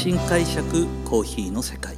新解釈コーヒーの世界。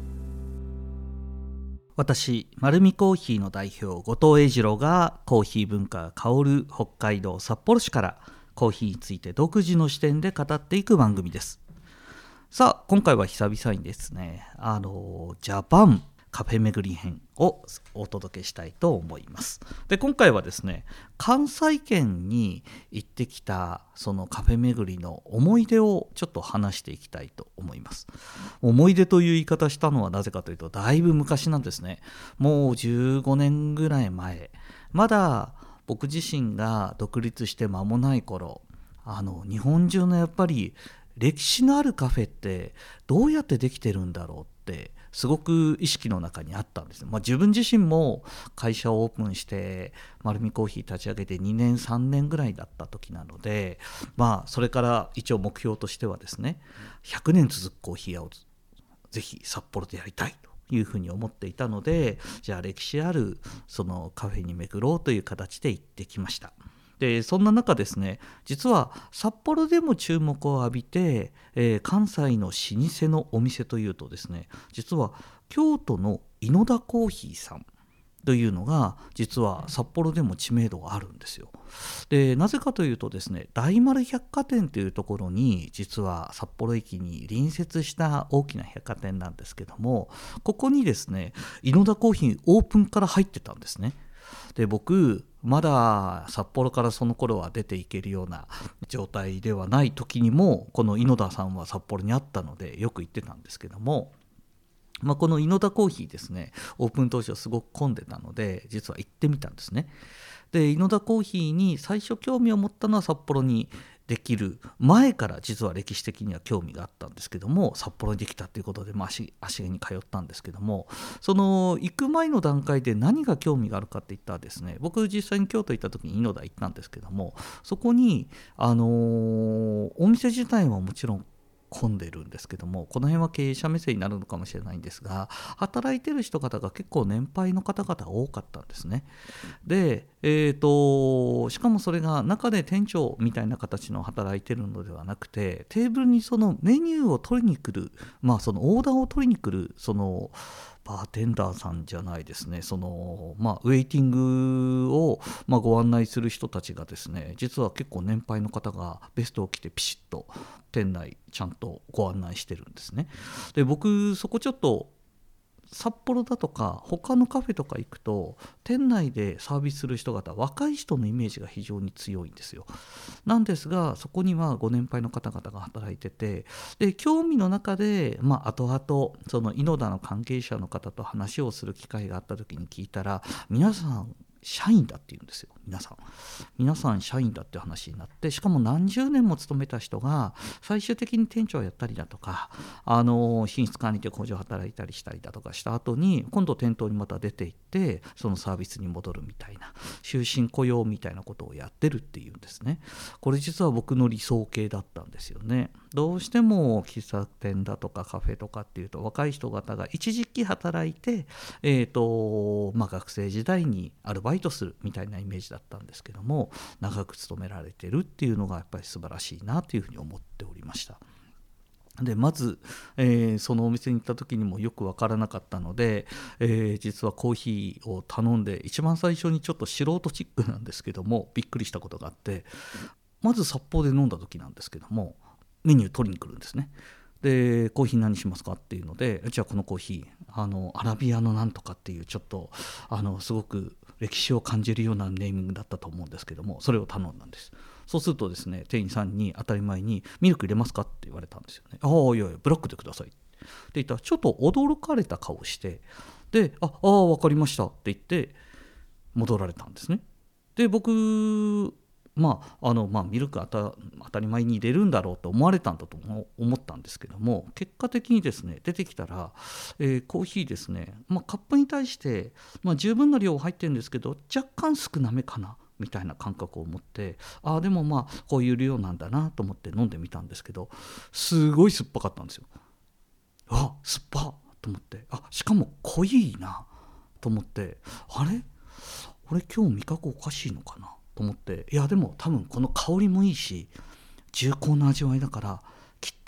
私丸見コーヒーの代表後藤英二郎がコーヒー文化が香る北海道札幌市からコーヒーについて独自の視点で語っていく番組です。さあ今回は久々にですねジャパンカフェ巡り編をお届けしたいと思います。で今回はですね関西圏に行ってきたそのカフェ巡りの思い出をちょっと話していきたいと思います。思い出という言い方したのはなぜかというとだいぶ昔なんですね。もう15年ぐらい前、まだ僕自身が独立して間もない頃、日本中のやっぱり歴史のあるカフェってどうやってできてるんだろうってすごく意識の中にあったんですね。自分自身も会社をオープンして丸見コーヒー立ち上げて2年3年ぐらいだった時なので、それから一応目標としてはですね100年続くコーヒー屋をぜひ札幌でやりたいというふうに思っていたので、じゃあ歴史あるそのカフェに巡ろうという形で行ってきました。でそんな中ですね、実は札幌でも注目を浴びて、関西の老舗のお店というとですね、実は京都の井の田コーヒーさんというのが実は札幌でも知名度があるんですよ。でなぜかというとですね、大丸百貨店というところに実は札幌駅に隣接した大きな百貨店なんですけども、ここにですね井の田コーヒーオープンから入ってたんですね。で僕まだ札幌からその頃は出ていけるような状態ではない時にもこの井の田さんは札幌にあったのでよく行ってたんですけども、この井の田コーヒーですねオープン当初はすごく混んでたので実は行ってみたんですね。で井の田コーヒーに最初興味を持ったのは札幌にできる前から実は歴史的には興味があったんですけども、札幌にできたということで、足毛に通ったんですけども、その行く前の段階で何が興味があるかっていったらですね、僕実際に京都行った時に井の田行ったんですけども、そこに、お店自体はもちろん混んでるんですけども、この辺は経営者目線になるのかもしれないんですが、働いてる人方が結構年配の方々が多かったんですね。で、しかもそれが中で店長みたいな形の働いてるのではなくて、テーブルにそのメニューを取りに来る、そのオーダーを取りに来るそのバーテンダーさんじゃないですね、そのウェイティングをご案内する人たちがですね、実は結構年配の方がベストを着てピシッと店内ちゃんとご案内してるんですね。で僕そこちょっと札幌だとか他のカフェとか行くと店内でサービスする人方若い人のイメージが非常に強いんですよ。なんですがそこにはご年配の方々が働いてて、で興味の中で後々その井の田の関係者の方と話をする機会があった時に聞いたら、皆さん社員だって言うんですよ。皆さん社員だって話になって、しかも何十年も勤めた人が最終的に店長をやったりだとか品質管理で工場働いたりしたりだとかした後に今度店頭にまた出て行ってそのサービスに戻るみたいな終身雇用みたいなことをやってるっていうんですね。これ実は僕の理想形だったんですよね。どうしても喫茶店だとかカフェとかっていうと若い人方が一時期働いて、学生時代にアルバイトするみたいなイメージだったんですけども、長く勤められてるっていうのがやっぱり素晴らしいなというふうに思っておりました。でまず、そのお店に行った時にもよく分からなかったので、実はコーヒーを頼んで一番最初にちょっと素人チックなんですけどもびっくりしたことがあって、まず札幌で飲んだ時なんですけどもメニュー取りに来るんですね。でコーヒー何しますかっていうので、じゃあこのコーヒーアラビアのなんとかっていうちょっとすごく歴史を感じるようなネーミングだったと思うんですけども、それを頼んだんです。そうするとですね、店員さんに当たり前にミルク入れますかって言われたんですよね。いやいやブラックでくださいって言ったら、ちょっと驚かれた顔して、で分かりましたって言って戻られたんですね。で僕ミルク当たり前に入れるんだろうと思われたんだと思ったんですけども、結果的にですね出てきたら、コーヒーですね、カップに対して、十分な量入ってるんですけど若干少なめかなみたいな感覚を持って、でもこういう量なんだなと思って飲んでみたんですけど、すごい酸っぱかったんですよ。酸っぱと思って、しかも濃いなと思って、俺今日味覚おかしいのかなと思って、いやでも多分この香りもいいし重厚な味わいだからきっと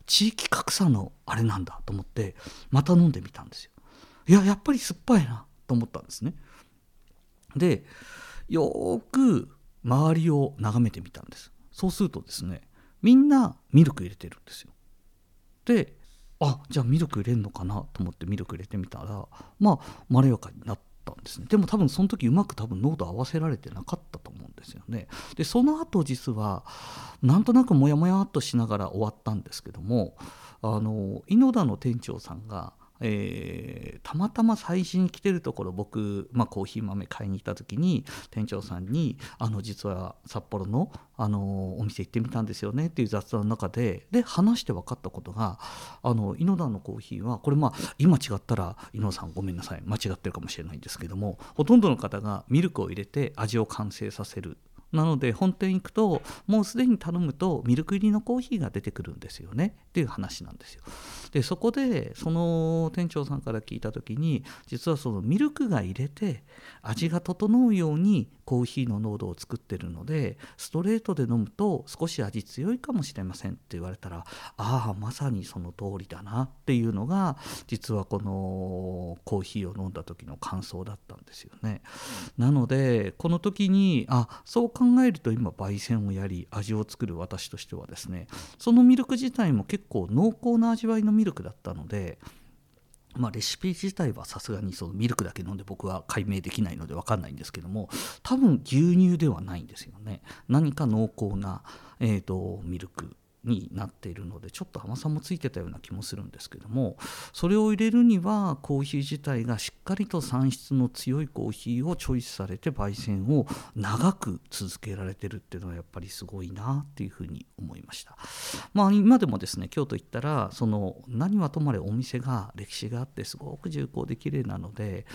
地域格差のあれなんだと思ってまた飲んでみたんですよ。やっぱり酸っぱいなと思ったんですね。でよーく周りを眺めてみたんです。そうするとですね、みんなミルク入れてるんですよ。で、じゃあミルク入れるのかなと思ってミルク入れてみたら、まろやかになったんですね。でも多分その時うまく濃度合わせられてなかったと思うんですよね。でその後実はなんとなくモヤモヤっとしながら終わったんですけども、井の田の店長さんがたまたま最初に来てるところ、僕、コーヒー豆買いに行った時に店長さんに実は札幌の、お店行ってみたんですよねっていう雑談の中で話して分かったことが、井の田のコーヒーはこれ、今違ったら井の田さんごめんなさい、間違ってるかもしれないんですけども、ほとんどの方がミルクを入れて味を完成させる。なので本店行くともうすでに頼むとミルク入りのコーヒーが出てくるんですよねっていう話なんですよ。でそこでその店長さんから聞いた時に、実はそのミルクが入れて味が整うようにコーヒーの濃度を作ってるので、ストレートで飲むと少し味強いかもしれませんって言われたら、まさにその通りだなっていうのが実はこのコーヒーを飲んだ時の感想だったんですよね。なのでこの時にそう考えると、今焙煎をやり味を作る私としてはですね、そのミルク自体も結構濃厚な味わいのミルクだったので、レシピ自体はさすがにそのミルクだけ飲んで僕は解明できないので分かんないんですけども、多分牛乳ではないんですよね。何か濃厚な、ミルクになっているので、ちょっと甘さもついてたような気もするんですけども、それを入れるにはコーヒー自体がしっかりと産出の強いコーヒーをチョイスされて焙煎を長く続けられてるっていうのはやっぱりすごいなっていうふうに思いました。今でもですね、京都行ったらその何はともあれお店が歴史があってすごく重厚で綺麗なので、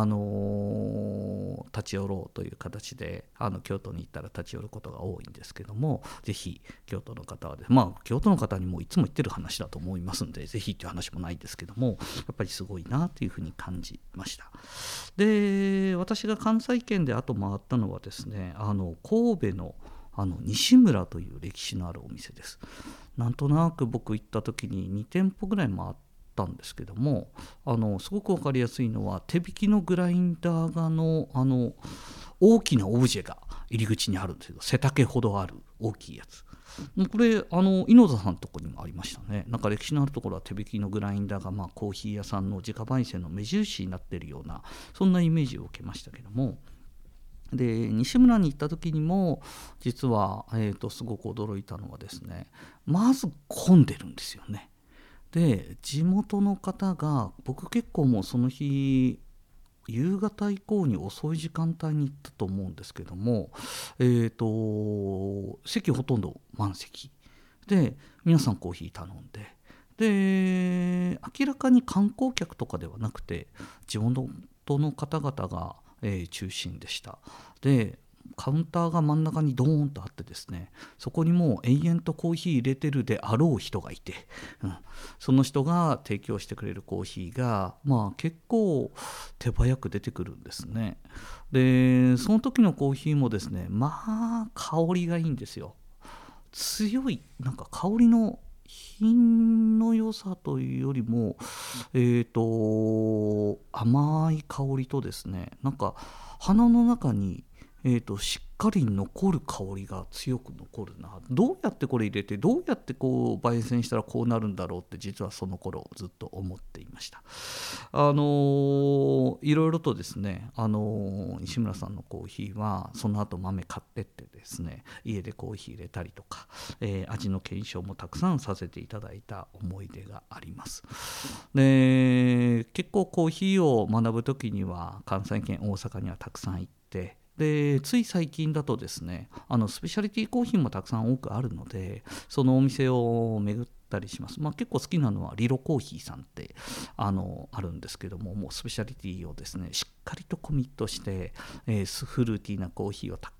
立ち寄ろうという形で京都に行ったら立ち寄ることが多いんですけども、ぜひ京都の方はですね、京都の方にもいつも言ってる話だと思いますんで、ぜひっていう話もないですけども、やっぱりすごいなというふうに感じました。で私が関西圏であと回ったのはですね、神戸の西村という歴史のあるお店です。なんとなく僕行った時に2店舗ぐらい回ったんですけども、すごく分かりやすいのは手引きのグラインダーが大きなオブジェが入り口にあるんですけど、背丈ほどある大きいやつ、これ井野田さんのところにもありましたね。なんか歴史のあるところは手引きのグラインダーがコーヒー屋さんの自家焙煎の目印になっているような、そんなイメージを受けましたけども、で西村に行った時にも実は、すごく驚いたのはですね、まず混んでるんですよね。で地元の方が、僕結構もうその日夕方以降に遅い時間帯に行ったと思うんですけども、席ほとんど満席で皆さんコーヒー頼んで、明らかに観光客とかではなくて地元の方々が、中心でした。でカウンターが真ん中にドーンとあってですね、そこにもう延々とコーヒー入れてるであろう人がいて、その人が提供してくれるコーヒーが結構手早く出てくるんですね。でその時のコーヒーもですね、香りがいいんですよ。強いなんか香りの品の良さというよりも、甘い香りとですね、なんか鼻の中にしっかり残る香りが強く残るな、どうやってこれ入れてどうやってこう焙煎したらこうなるんだろうって実はその頃ずっと思っていました。いろいろとですね、西村さんのコーヒーはその後豆買ってってですね、家でコーヒー入れたりとか、味の検証もたくさんさせていただいた思い出があります。で結構コーヒーを学ぶ時には関西圏大阪にはたくさん行って、でつい最近だとですね、スペシャリティコーヒーもたくさん多くあるので、そのお店を巡ったりします。結構好きなのはリロコーヒーさんってあるんですけども、もうスペシャリティをですねしっかりとコミットして、フルーティーなコーヒーをた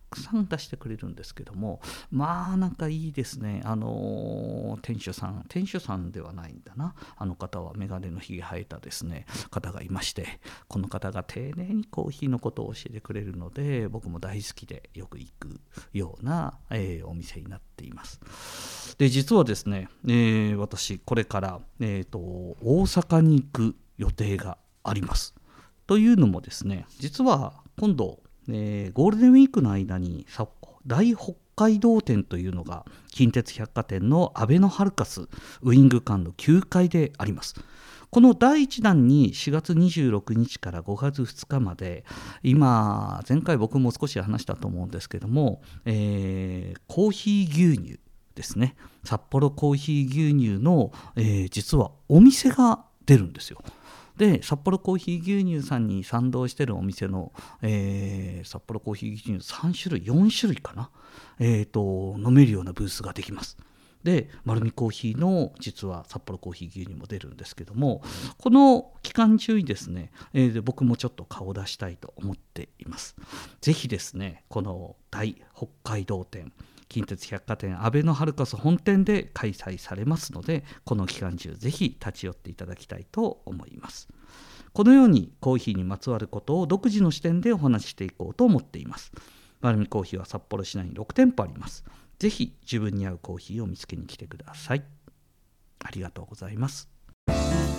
くさん出してくれるんですけども、まあなんかいいですね。店主さんではないんだな、あの方はメガネのひげ生えたですね方がいまして、この方が丁寧にコーヒーのことを教えてくれるので、僕も大好きでよく行くような、お店になっています。で実はですね、私これから、大阪に行く予定があります。というのもですね、実は今度、ゴールデンウィークの間に大北海道展というのが近鉄百貨店のあべのハルカスウイング館の9階であります。この第1弾に4月26日から5月2日まで、前回僕も少し話したと思うんですけども、コーヒー牛乳ですね、札幌コーヒー牛乳の、実はお店が出るんですよ。で札幌コーヒー牛乳さんに賛同しているお店の、札幌コーヒー牛乳3種類4種類かな、飲めるようなブースができます。で丸見コーヒーの実は札幌コーヒー牛乳も出るんですけども、この期間中にですね、僕もちょっと顔を出したいと思っています。ぜひですね、この大北海道展、近鉄百貨店あべのハルカス本店で開催されますので、この期間中ぜひ立ち寄っていただきたいと思います。このようにコーヒーにまつわることを独自の視点でお話ししていこうと思っています。丸見コーヒーは札幌市内に6店舗あります。ぜひ自分に合うコーヒーを見つけに来てください。ありがとうございます。